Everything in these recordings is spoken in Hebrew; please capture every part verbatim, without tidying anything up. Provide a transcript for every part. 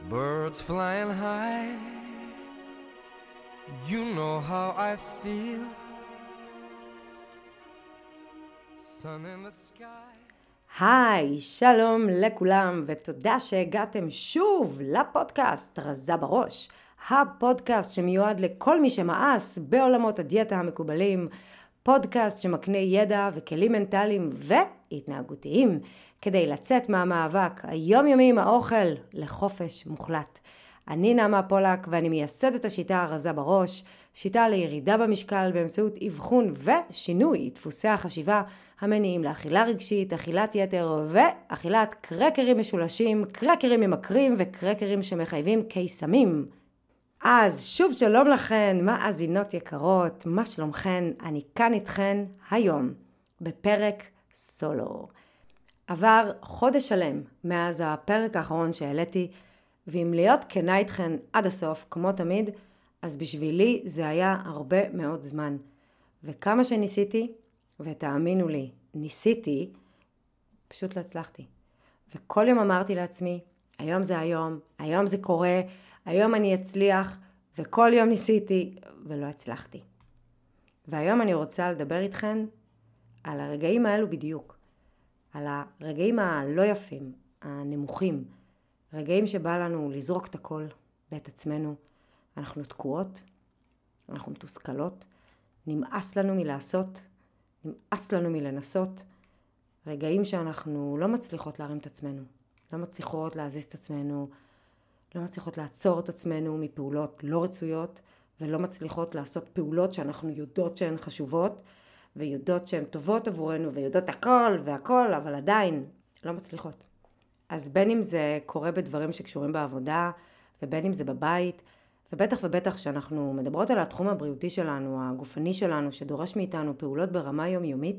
Birds flying high, you know how I feel. Sun in the sky. היי, שלום לכולם ותודה שהגעתם שוב לפודקאסט רזה בראש. הפודקאסט שמיועד לכל מי שמאס בעולמות הדיאטה המקובלים. פודקאסט שמקנה ידע וכלים מנטליים והתנהגותיים כדי לצאת מהמאבק היומיומי עם האוכל לחופש מוחלט. אני נעמה פולק ואני מייסדת השיטה הרזה בראש, שיטה לירידה במשקל באמצעות אבחון ושינוי דפוסי החשיבה המניעים לאכילה רגשית, אכילת יתר ואכילת קרקרים משולשים, קרקרים ממכרים וקרקרים שמחייבים קיסמים. אז שוב שלום לכן, מאזינות יקרות, מה שלומכן? אני כאן איתכן היום בפרק סולו. עבר חודש שלם מאז הפרק האחרון שהעליתי, ואם להיות כנה איתכן עד הסוף, כמו תמיד, אז בשבילי זה היה הרבה מאוד זמן. וכמה שניסיתי, ותאמינו לי, ניסיתי, פשוט לא הצלחתי. וכל יום אמרתי לעצמי, היום זה היום, היום זה קורה, היום אני אצליח, וכל יום ניסיתי ולא הצלחתי. והיום אני רוצה לדבר איתכן על הרגעים האלו בדיוק. על הרגעים הלא יפים, הנמוכים, רגעים שבא לנו לזרוק את הכל בית עצמנו. אנחנו תקועות, אנחנו מתוסכלות, נמאס לנו מלעשות, נמאס לנו מלנסות. רגעים שאנחנו לא מצליחות להרים את עצמנו, לא מצליחות להזיז את עצמנו, לא מצליחות לעצור את עצמנו מפעולות לא רצויות, ולא מצליחות לעשות פעולות שאנחנו יודעות שהן חשובות, ויודעות שהן טובות עבורנו, ויודעות הכל והכל, אבל עדיין לא מצליחות. אז בין אם זה קורה בדברים שקשורים בעבודה, ובין אם זה בבית, ובטח ובטח שאנחנו מדברות על התחום הבריאותי שלנו, הגופני שלנו, שדורש מאיתנו פעולות ברמה יומיומית,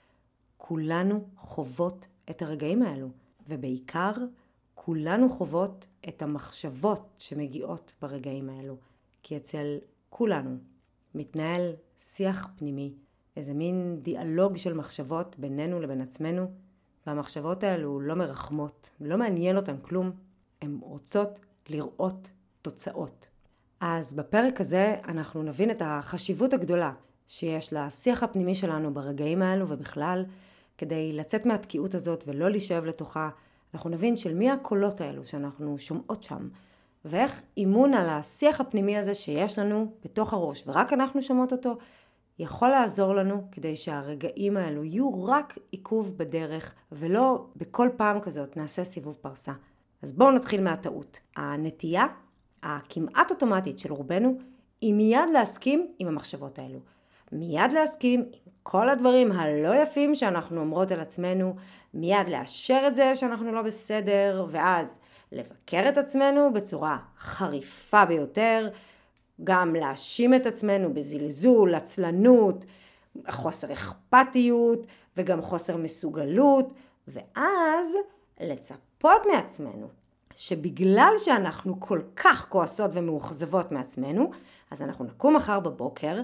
כולנו חוות את הרגעים האלו, ובעיקר כולנו חוות את המחשבות שמגיעות ברגעים האלו, כי אצל כולנו מתנהל שיח פנימי, איזה מין דיאלוג של מחשבות בינינו לבין עצמנו, והמחשבות האלו לא מרחמות, לא מעניין אותן כלום, הן רוצות לראות תוצאות. אז בפרק הזה אנחנו נבין את החשיבות הגדולה שיש לשיח הפנימי שלנו ברגעים האלו ובכלל, כדי לצאת מהתקיעות הזאת ולא להישאב לתוכה. אנחנו נבין של מי הקולות האלו שאנחנו שומעות שם, ואיך אימון על השיח הפנימי הזה שיש לנו בתוך הראש, ורק אנחנו שומעות אותו, יכול לעזור לנו כדי שהרגעים האלו יהיו רק עיכוב בדרך, ולא בכל פעם כזאת נעשה סיבוב פרסה. אז בואו נתחיל מהטעות. הנטייה הכמעט אוטומטית של רובנו היא מיד להסכים עם המחשבות האלו. מיד להסכים עם כל הדברים הלא יפים שאנחנו אומרות על עצמנו, מיד לאשר את זה שאנחנו לא בסדר, ואז לבקר את עצמנו בצורה חריפה ביותר, גם להאשים את עצמנו בזלזול, עצלנות, חוסר אכפתיות וגם חוסר מסוגלות, ואז לצפות מעצמנו שבגלל שאנחנו כל כך כועסות ומאוכזבות מעצמנו, אז אנחנו נקום מחר בבוקר,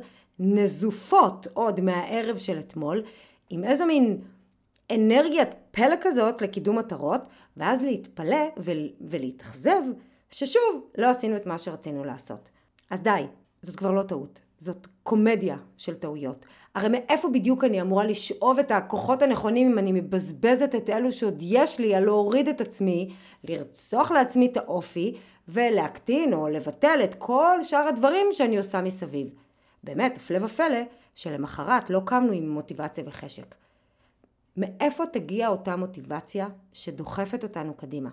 נזופות עוד מהערב של אתמול, עם איזו מין אנרגיית פלא כזאת לקידום מטרות, ואז להתפלא ולהתאכזב ששוב לא עשינו את מה שרצינו לעשות. אז די, זאת כבר לא טעות, זאת קומדיה של טעויות. הרי מאיפה בדיוק אני אמורה לשאוב את הכוחות הנכונים אם אני מבזבזת את אלו שעוד יש לי על להוריד את עצמי, לרצוח לעצמי את האופי ולהקטין או לבטל את כל שאר הדברים שאני עושה מסביב. באמת, הפלא ופלא שלמחרת לא קמנו עם מוטיבציה וחשק. מאיפה תגיע אותה מוטיבציה שדוחפת אותנו קדימה?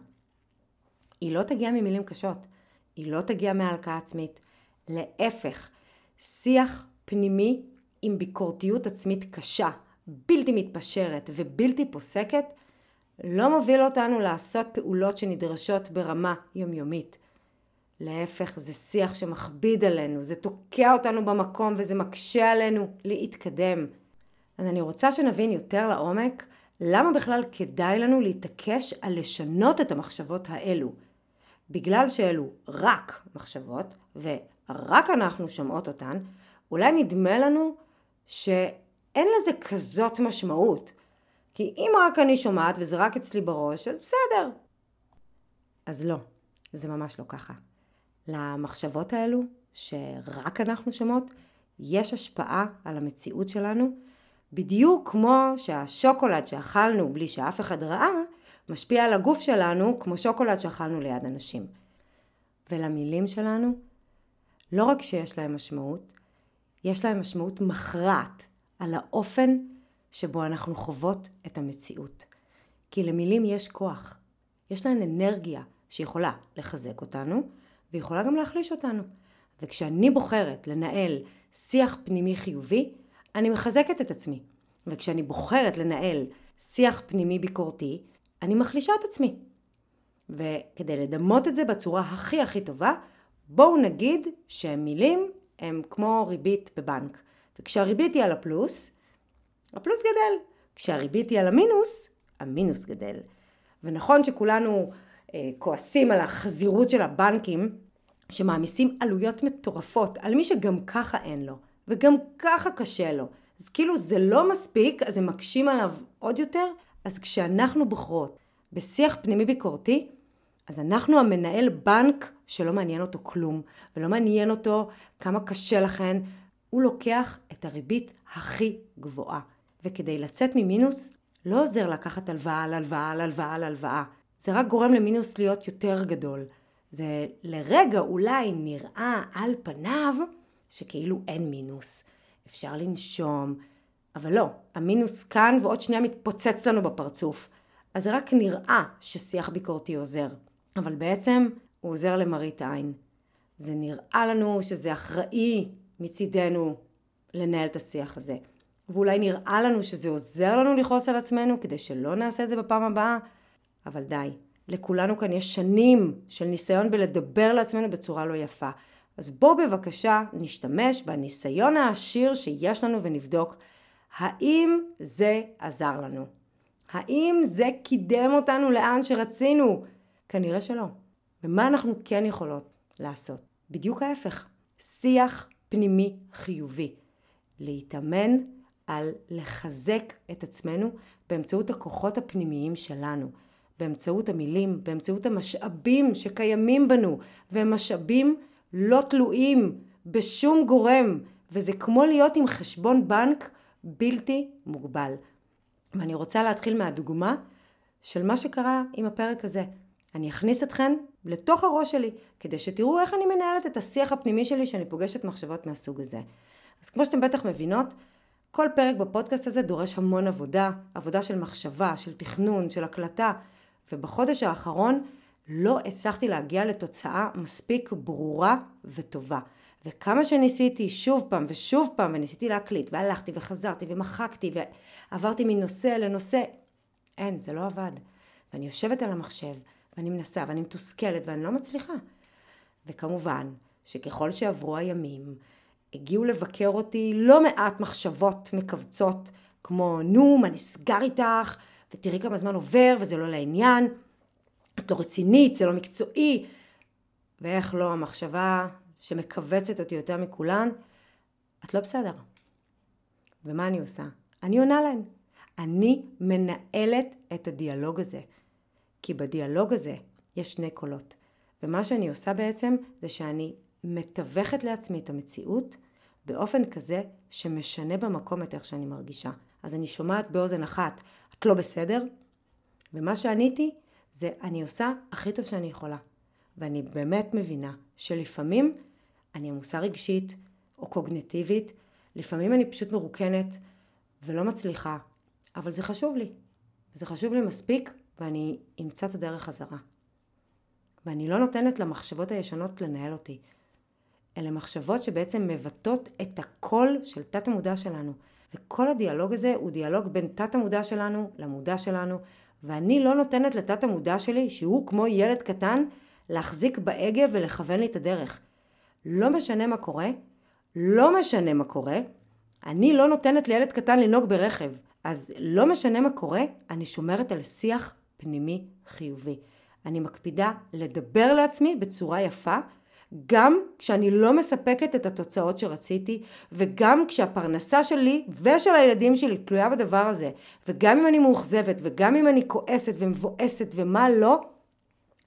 היא לא תגיע ממילים קשות, היא לא תגיע מהלקאה עצמית. להפך, שיח פנימי עם ביקורתיות עצמית קשה, בלתי מתפשרת ובלתי פוסקת, לא מוביל אותנו לעשות פעולות שנדרשות ברמה יומיומית. להפך, זה שיח שמכביד עלינו, זה תוקע אותנו במקום וזה מקשה עלינו להתקדם. אז אני רוצה שנבין יותר לעומק למה בכלל כדאי לנו להתעקש על לשנות את המחשבות האלו. בגלל שאלו רק מחשבות ורק אנחנו שומעות אותן, אולי נדמה לנו שאין לזה כזאת משמעות. כי אם רק אני שומעת וזה רק אצלי בראש, אז בסדר. אז לא. זה ממש לא ככה. למחשבות האלו, שרק אנחנו שמות, יש השפעה על המציאות שלנו, בדיוק כמו שהשוקולד שאכלנו בלי שאף אחד ראה, משפיע על הגוף שלנו כמו שוקולד שאכלנו ליד אנשים. ולמילים שלנו, לא רק שיש להם משמעות, יש להם משמעות מכרעת על האופן שבו אנחנו חוות את המציאות. כי למילים יש כוח, יש להן אנרגיה שיכולה לחזק אותנו, ויכולה גם להחליש אותנו. וכשאני בוחרת לנהל שיח פנימי חיובי, אני מחזקת את עצמי. וכשאני בוחרת לנהל שיח פנימי ביקורתי, אני מחלישה את עצמי. וכדי לדמות את זה בצורה הכי הכי טובה, בואו נגיד שמילים הם כמו ריבית בבנק. וכשהריבית היא על הפלוס, הפלוס גדל. כשהריבית היא על המינוס, המינוס גדל. ונכון שכולנו אה, כועסים על החזירות של הבנקים, שמעמיסים עלויות מטורפות על מי שגם ככה אין לו, וגם ככה קשה לו. אז כאילו זה לא מספיק, אז הם מקשים עליו עוד יותר. אז כשאנחנו בוחרות בשיח פנימי ביקורתי, אז אנחנו המנהל בנק שלא מעניין אותו כלום, ולא מעניין אותו כמה קשה לכן, הוא לוקח את הריבית הכי גבוהה. וכדי לצאת ממינוס, לא עוזר לקחת הלוואה על הלוואה על הלוואה על הלוואה. זה רק גורם למינוס להיות יותר גדול. זה לרגע אולי נראה על פניו שכאילו אין מינוס. אפשר לנשום, אבל לא, המינוס כאן ועוד שנייה מתפוצץ לנו בפרצוף. אז זה רק נראה ששיח ביקורתי עוזר. אבל בעצם הוא עוזר למראית עין. זה נראה לנו שזה אחראי מצידנו לנהל את השיח הזה. ואולי נראה לנו שזה עוזר לנו לכעוס על עצמנו כדי שלא נעשה את זה בפעם הבאה. אבל די, לכולנו כאן יש שנים של ניסיון בלדבר לעצמנו בצורה לא יפה. אז בואו בבקשה נשתמש בניסיון העשיר שיש לנו ונבדוק האם זה עזר לנו. האם זה קידם אותנו לאן שרצינו? כנראה שלא. ומה אנחנו כן יכולות לעשות? בדיוק ההפך. שיח פנימי חיובי. להתאמן על לחזק את עצמנו באמצעות הכוחות הפנימיים שלנו. באמצעות המילים, באמצעות המשאבים שקיימים בנו. והם משאבים לא תלויים בשום גורם. וזה כמו להיות עם חשבון בנק בלתי מוגבל. ואני רוצה להתחיל מהדוגמה של מה שקרה עם הפרק הזה. אני אכניס אתכן לתוך הראש שלי, כדי שתראו איך אני מנהלת את השיח הפנימי שלי שאני פוגשת מחשבות מהסוג הזה. אז כמו שאתם בטח מבינות, כל פרק בפודקאסט הזה דורש המון עבודה, עבודה של מחשבה, של תכנון, של הקלטה, ובחודש האחרון לא הצלחתי להגיע לתוצאה מספיק ברורה וטובה. וכמה שניסיתי שוב פעם ושוב פעם, וניסיתי להקליט, והלכתי וחזרתי ומחקתי, ועברתי מנושא לנושא, אין, זה לא עבד. ואני יושבת על המחשב, ואני מנסה, ואני מתוסכלת, ואני לא מצליחה. וכמובן, שככל שעברו הימים, הגיעו לבקר אותי לא מעט מחשבות מקבצות, כמו, נו, מה נסגר איתך, ותראי כמה זמן עובר, וזה לא לעניין, את לא רצינית, זה לא מקצועי, ואיך לא, המחשבה שמקבצת אותי יותר מכולן, את לא בסדר. ומה אני עושה? אני עונה להן. אני מנהלת את הדיאלוג הזה. כי בדיאלוג הזה יש שני קולות. ומה שאני עושה בעצם זה שאני מתווכת לעצמי את המציאות באופן כזה שמשנה במקום את איך שאני מרגישה. אז אני שומעת באוזן אחת, את לא בסדר? ומה שעניתי זה אני עושה הכי טוב שאני יכולה. ואני באמת מבינה שלפעמים אני עמוסה רגשית או קוגניטיבית, לפעמים אני פשוט מרוקנת ולא מצליחה, אבל זה חשוב לי. זה חשוב לי מספיק ואני אמצא את הדרך חזרה. ואני לא נותנת למחשבות הישנות לנהל אותי. אלה מחשבות שבעצם מבטאות את הקול של תת המודע שלנו. וכל הדיאלוג הזה הוא דיאלוג בין תת המודע שלנו למודע שלנו, ואני לא נותנת לתת המודע שלי, שהוא כמו ילד קטן, להחזיק בהגה ולכוון לי את הדרך. לא משנה מה קורה, לא משנה מה קורה, אני לא נותנת לילד קטן לנהוג ברכב. אז לא משנה מה קורה, אני שומרת על שיח פנימי חיובי. אני מקפידה לדבר לעצמי בצורה יפה, גם כשאני לא מספקת את התוצאות שרציתי, וגם כשהפרנסה שלי ושל הילדים שלי תלויה בדבר הזה, וגם אם אני מאוכזבת, וגם אם אני כועסת ומבואסת ומה לא,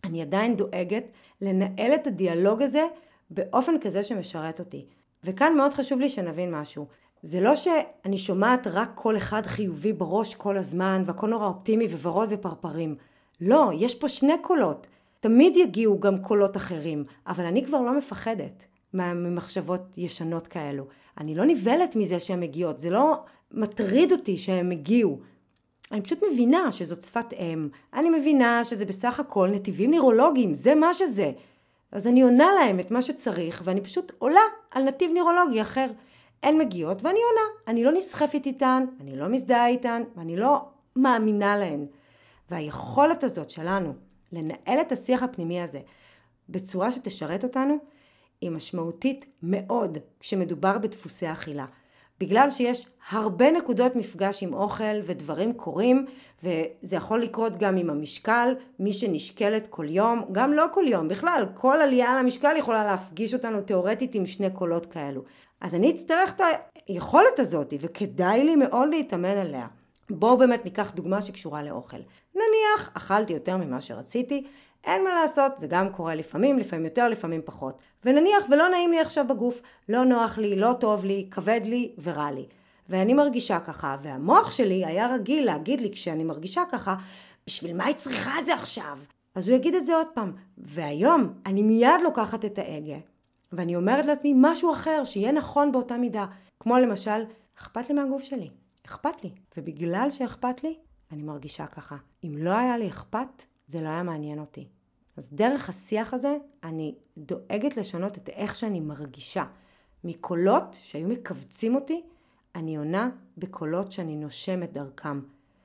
אני עדיין דואגת לנהל את הדיאלוג הזה באופן כזה שמשרת אותי. וכאן מאוד חשוב לי שנבין משהו. זה לא שאני שומעת רק כל אחד חיובי בראש כל הזמן, והכל נורא אופטימי וורוד ופרפרים. לא, יש פה שני קולות. תמיד יגיעו גם קולות אחרים, אבל אני כבר לא מפחדת ממחשבות ישנות כאלו. אני לא נבלת מזה שהן מגיעות, זה לא מטריד אותי שהן מגיעו. אני פשוט מבינה שזאת שפת אם, אני מבינה שזה בסך הכל נתיבים נירולוגיים, זה מה שזה. אז אני עונה להם את מה שצריך, ואני פשוט עולה על נתיב נירולוגי אחר. הן מגיעות ואני עונה, אני לא נסחפת איתן, אני לא מזדהה איתן, ואני לא מאמינה להן. והיכולת הזאת שלנו לנהל את השיח הפנימי הזה בצורה שתשרת אותנו, היא משמעותית מאוד כשמדובר בדפוסי אכילה. בגלל שיש הרבה נקודות מפגש עם אוכל ודברים קורים, וזה יכול לקרות גם עם המשקל, מי שנשקלת כל יום, גם לא כל יום, בכלל, כל עלייה על המשקל יכולה להפגיש אותנו תיאורטית עם שני קולות כאלו. אז אני אצטרך את היכולת הזאת, וכדאי לי מאוד להתאמן עליה. בואו באמת ניקח דוגמה שקשורה לאוכל. נניח, אכלתי יותר ממה שרציתי, אין מה לעשות, זה גם קורה לפעמים, לפעמים יותר, לפעמים פחות. ונניח ולא נעים לי עכשיו בגוף, לא נוח לי, לא טוב לי, כבד לי ורע לי. ואני מרגישה ככה, והמוח שלי היה רגיל להגיד לי כשאני מרגישה ככה, בשביל מה היא צריכה את זה עכשיו? אז הוא יגיד את זה עוד פעם. והיום אני מיד לוקחת את ההגה, ואני אומרת לעצמי משהו אחר שיהיה נכון באותה מידה. כמו למשל, אכפת לי מהגוף שלי, אכפת לי. ובגלל שאכפת לי, אני מרגישה ככה. אם לא היה לי אכפת, זה לא היה מעניין אותי. אז דרך השיח הזה, אני דואגת לשנות את איך שאני מרגישה. מקולות שהיו מקבצים אותי, אני עונה בקולות שאני נושמת דרכם.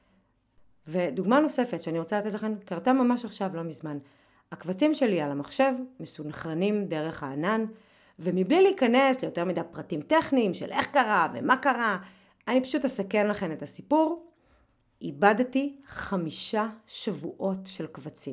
ודוגמה נוספת שאני רוצה לתת לכם, קרתה ממש עכשיו, לא מזמן. הקבצים שלי על המחשב מסונכרנים דרך הענן, ומבלי להיכנס ליותר מדי פרטים טכניים של איך קרה ומה קרה, אני פשוט אסכן לכם את הסיפור. איבדתי חמישה שבועות של קבצים.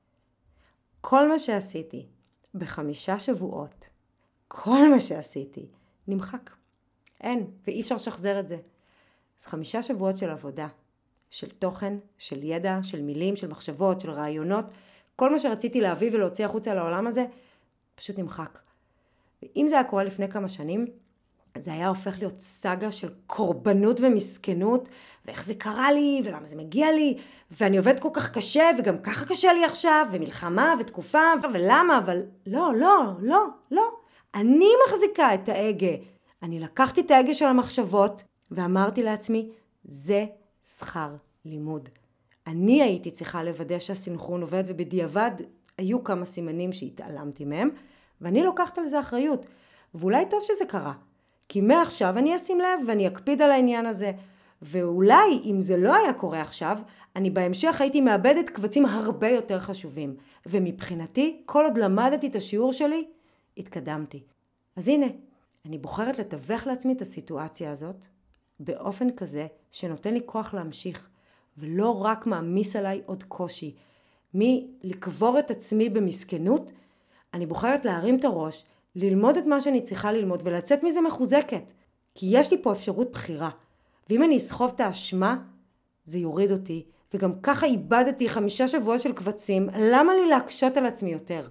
כל מה שעשיתי בחמישה שבועות, כל מה שעשיתי, נמחק. אין, ואי אפשר לשחזר את זה. אז חמישה שבועות של עבודה, של תוכן, של ידע, של מילים, של מחשבות, של רעיונות, כל מה שרציתי להביא ולהוציא החוצה לעולם הזה, פשוט נמחק. ואם זה היה קורה לפני כמה שנים, זה היה הופך להיות סאגה של קורבנות ומסכנות, ואיך זה קרה לי, ולמה זה מגיע לי, ואני עובד כל כך קשה, וגם ככה קשה לי עכשיו, ומלחמה ותקופה, ולמה, אבל לא, לא, לא, לא. אני מחזיקה את ההגה. אני לקחתי את ההגה של המחשבות, ואמרתי לעצמי, זה שכר לימוד. אני הייתי צריכה לוודא שהסינכרון עובד, ובדיעבד היו כמה סימנים שהתעלמתי מהם, ואני לוקחת על זה אחריות. ואולי טוב שזה קרה. כי מעכשיו אני אשים לב ואני אקפיד על העניין הזה. ואולי אם זה לא היה קורה עכשיו, אני בהמשך הייתי מאבדת קבצים הרבה יותר חשובים. ומבחינתי, כל עוד למדתי את השיעור שלי, התקדמתי. אז הנה, אני בוחרת לתווך לעצמי את הסיטואציה הזאת, באופן כזה שנותן לי כוח להמשיך, ולא רק מעמיס עליי עוד קושי. מלקבור את עצמי במסכנות, אני בוחרת להרים את הראש, ללמוד את מה שאני צריכה ללמוד ולצאת מזה מחוזקת. כי יש לי פה אפשרות בחירה. ואם אני אסחוב את האשמה, זה יוריד אותי. וגם ככה איבדתי חמישה שבועות של קבצים, למה לי להקשות על עצמי יותר?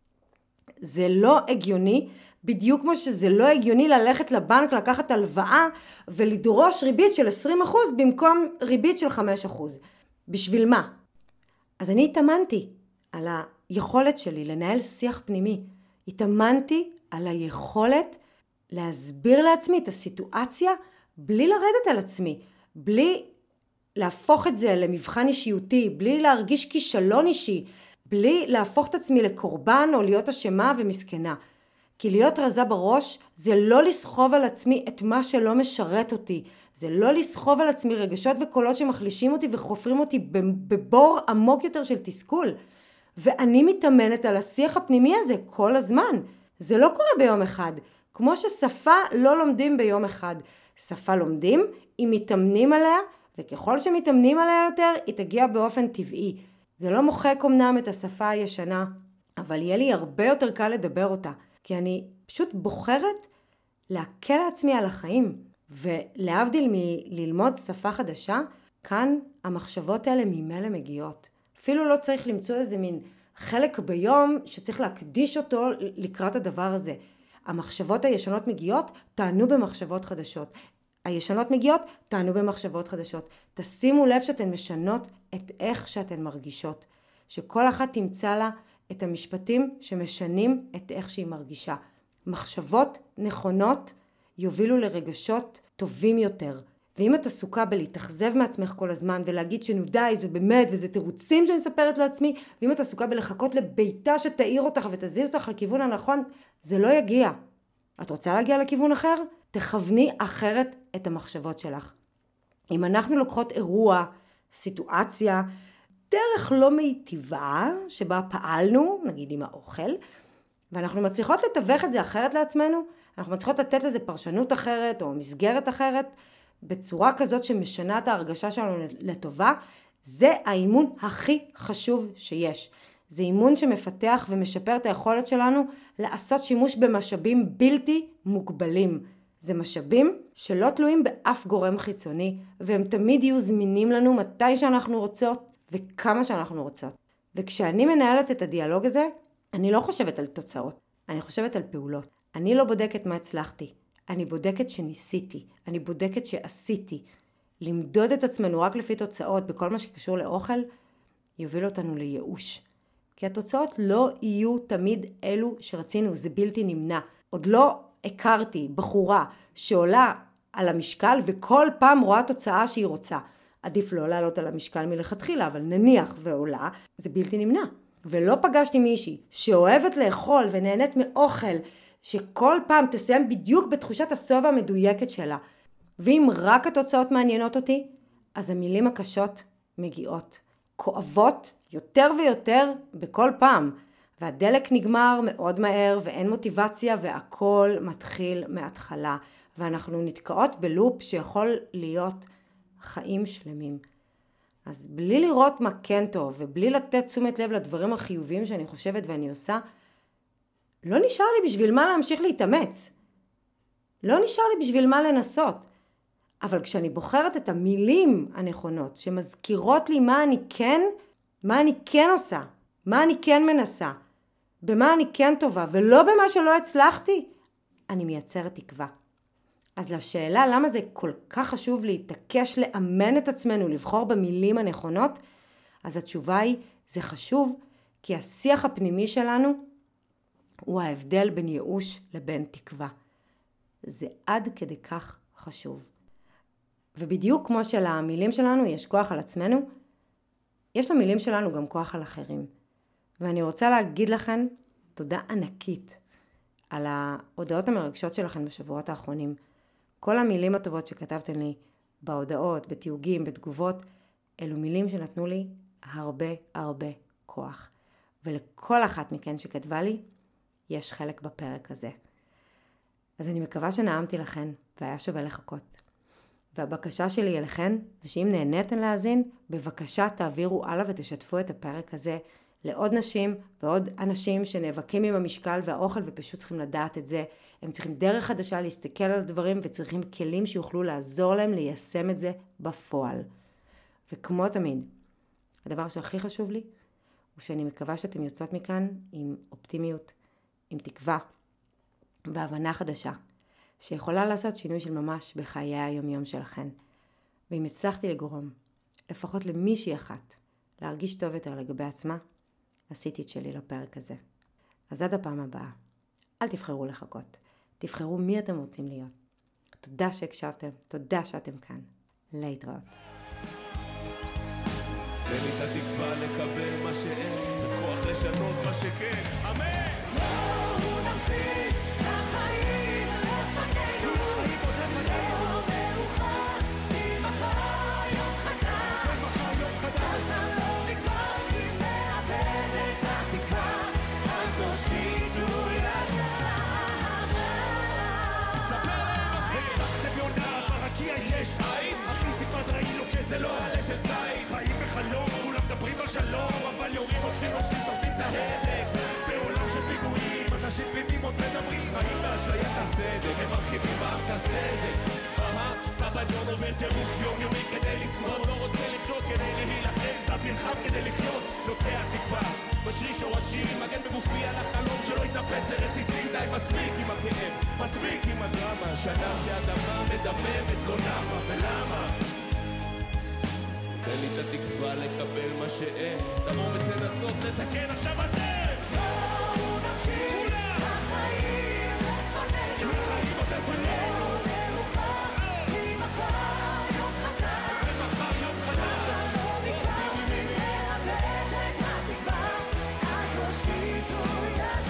זה לא הגיוני, בדיוק כמו שזה לא הגיוני ללכת לבנק, לקחת הלוואה ולדרוש ריבית של עשרים אחוז במקום ריבית של חמישה אחוז. בשביל מה? אז אני התאמנתי על היכולת שלי לנהל שיח פנימי. התאמנתי על היכולת להסביר לעצמי את הסיטואציה בלי לרדת על עצמי, בלי להפוך את זה למבחן אישיותי, בלי להרגיש כישלון אישי, בלי להפוך את עצמי לקורבן או להיות אשמה ומסכנה. כי להיות רזה בראש זה לא לסחוב על עצמי את מה שלא משרת אותי, זה לא לסחוב על עצמי רגשות וקולות שמחלישים אותי וחופרים אותי בבור עמוק יותר של תסכול. ואני מתאמנת על השיח הפנימי הזה כל הזמן. זה לא קורה ביום אחד. כמו ששפה לא לומדים ביום אחד. שפה לומדים, אם מתאמנים עליה, וככל שמתאמנים עליה יותר, היא תגיע באופן טבעי. זה לא מוחק אמנם את השפה הישנה, אבל יהיה לי הרבה יותר קל לדבר אותה. כי אני פשוט בוחרת להקל לעצמי על החיים. ולהבדיל מללמוד שפה חדשה, כאן המחשבות האלה ממילא מגיעות. אפילו לא צריך למצוא איזה מין חלק ביום שצריך להקדיש אותו לקראת הדבר הזה. המחשבות הישנות מגיעות, תענו במחשבות חדשות. הישנות מגיעות, תענו במחשבות חדשות. תשימו לב שאתן משנות את איך שאתן מרגישות. שכל אחת תמצא לה את המשפטים שמשנים את איך שהיא מרגישה. מחשבות נכונות יובילו לרגשות טובים יותר. ואם את עסוקה בלהתאכזב מעצמך כל הזמן ולהגיד שנודאי זה באמת וזה תירוצים שאני מספרת לעצמי, ואם את עסוקה בלחכות לביתה שתאיר אותך ותזיז אותך לכיוון הנכון, זה לא יגיע. את רוצה להגיע לכיוון אחר? תכווני אחרת את המחשבות שלך. אם אנחנו לוקחות אירוע, סיטואציה, דרך לא מיטיבה שבה פעלנו, נגיד עם האוכל, ואנחנו מצליחות לתווך את זה אחרת לעצמנו, אנחנו מצליחות לתת לזה פרשנות אחרת או מסגרת אחרת, בצורה כזאת שמשנה את ההרגשה שלנו לטובה, זה האימון הכי חשוב שיש. זה אימון שמפתח ומשפר את היכולת שלנו לעשות שימוש במשאבים בלתי מוגבלים. זה משאבים שלא תלויים באף גורם חיצוני, והם תמיד יהיו זמינים לנו מתי שאנחנו רוצות וכמה שאנחנו רוצות. וכשאני מנהלת את הדיאלוג הזה, אני לא חושבת על תוצאות, אני חושבת על פעולות. אני לא בודקת מה הצלחתי, אני בודקת שניסיתי, אני בודקת שעשיתי. למדוד את עצמנו רק לפי תוצאות בכל מה שקשור לאוכל, יוביל אותנו לייאוש. כי התוצאות לא יהיו תמיד אלו שרצינו, זה בלתי נמנע. עוד לא הכרתי בחורה שעולה על המשקל וכל פעם רואה תוצאה שהיא רוצה. עדיף לא לעלות על המשקל מלכתחילה, אבל נניח ועולה, זה בלתי נמנע. ולא פגשתי מישהי שאוהבת לאכול ונהנית מאוכל, שכל פעם תסיים בדיוק בתחושת הסובה המדויקת שלה. ואם רק התוצאות מעניינות אותי, אז המילים הקשות מגיעות. כואבות יותר ויותר בכל פעם. והדלק נגמר מאוד מהר ואין מוטיבציה והכל מתחיל מההתחלה. ואנחנו נתקעות בלופ שיכול להיות חיים שלמים. אז בלי לראות מה כן טוב ובלי לתת תשומת לב לדברים החיוביים שאני חושבת ואני עושה, לא נשאר לי בשביל מה להמשיך להתאמץ. לא נשאר לי בשביל מה לנסות. אבל כשאני בוחרת את המילים הנכונות שמזכירות לי מה אני כן, מה אני כן עושה, מה אני כן מנסה, במה אני כן טובה ולא במה שלא הצלחתי, אני מייצרת תקווה. אז לשאלה למה זה כל כך חשוב להתעקש לאמן את עצמנו לבחור במילים הנכונות, אז התשובה היא, זה חשוב כי השיח הפנימי שלנו הוא ההבדל בין ייאוש לבין תקווה. זה עד כדי כך חשוב. ובדיוק כמו שלמילים שלנו יש כוח על עצמנו, יש למילים שלנו גם כוח על אחרים. ואני רוצה להגיד לכם תודה ענקית על ההודעות המרגשות שלכם בשבועות האחרונים. כל המילים הטובות שכתבתם לי בהודעות, בתיוגים, בתגובות, אלו מילים שנתנו לי הרבה הרבה כוח. ולכל אחת מכן שכתבה לי, יש חלק בפרק הזה. אז אני מקווה שנעמתי לכן והיה שווה לחכות. והבקשה שלי אליכן, זה שאם נהניתן להאזין, בבקשה תעבירו הלאה ותשתפו את הפרק הזה לעוד נשים ועוד אנשים שנאבקים עם המשקל והאוכל ופשוט צריכים לדעת את זה. הם צריכים דרך חדשה להסתכל על הדברים וצריכים כלים שיוכלו לעזור להם ליישם את זה בפועל. וכמו תמיד, הדבר שהכי חשוב לי הוא שאני מקווה שאתם יוצאות מכאן עם אופטימיות, עם תקווה והבנה חדשה שיכולה לעשות שינוי של ממש בחיי היומיום שלכן. ואם הצלחתי לגרום לפחות למישהי אחת להרגיש טוב יותר לגבי עצמה, עשיתי את שלי לפרק הזה. אז עד הפעם הבאה, אל תבחרו לחכות. תבחרו מי אתם רוצים להיות. תודה שהקשבתם, תודה שאתם כאן. להתראות. תן לי את התקווה לקבל מה שאין, את הכוח לשנות מה שכן. אמן! בואו נמשיך לחיים לפנינו, לא מאוחר, ממחר יום חדש, מחר לא נגמר אם נאבד את התקווה, אז הושיטו יד לאהבה. ספר להם אחי, הצלחתם יונה, ברקיע יש עין, אחי סיפרת ראי לו כזה לא עלה של זית, חיים בחלום, כולם מדברים בשלום, אבל יורים מושכים עושים שורפים את ההדק, בעולם של פיגועים, אנשים תמימים עוד מדברים, חיים באשליית הצדק, הם מרחיבים בעם את הסדק. אבא ג'ון עובר טירוף יומיומי כדי לשרוד, לא רוצה לחיות כדי להילחם, סב נלחם כדי לחיות, נוטע תקווה משרי שורשים, מגן בגופי על החלום שלא יתנפץ לרסיסים. די, מספיק עם הכאב, מספיק עם הדרמה. שנה שהאדמה מדממת, לא נמה, ולמה? תן לי את התקווה לקבל מה שאין, את האומץ לנסות לתקן. עכשיו אתם! בואו נמשיך, החיים לפנינו, החיים עוד לפנינו, מאוחר, כי מחר יום חדש, ומחר יום חדש, לא נקרא לאבד את התקווה, אז הושיטו יד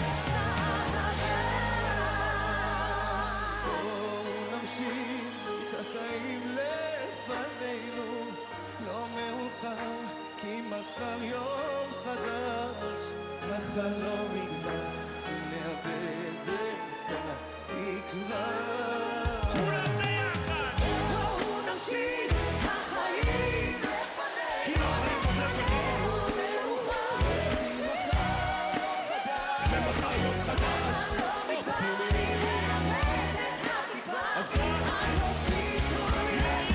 לאהבה. בואו נמשיך, החיים לפנינו, לא מאוחר, כי מחר יום חדש, החלום יגבר, אם נאבד את התקווה. כולם ביחד! בואו נמשיך, החיים לפנינו, כי מחר יום לפנינו, מאוחר, כי מחר יום חדש, ומחר יום חדש, החלום יגבר, אם נאבד את התקווה, אז הושיטו יד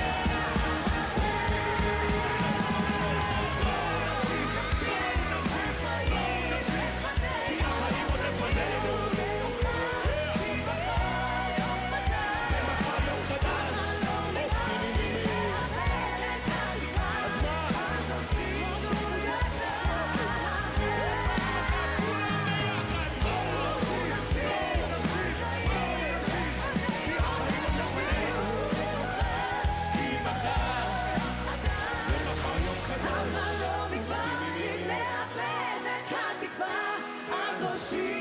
see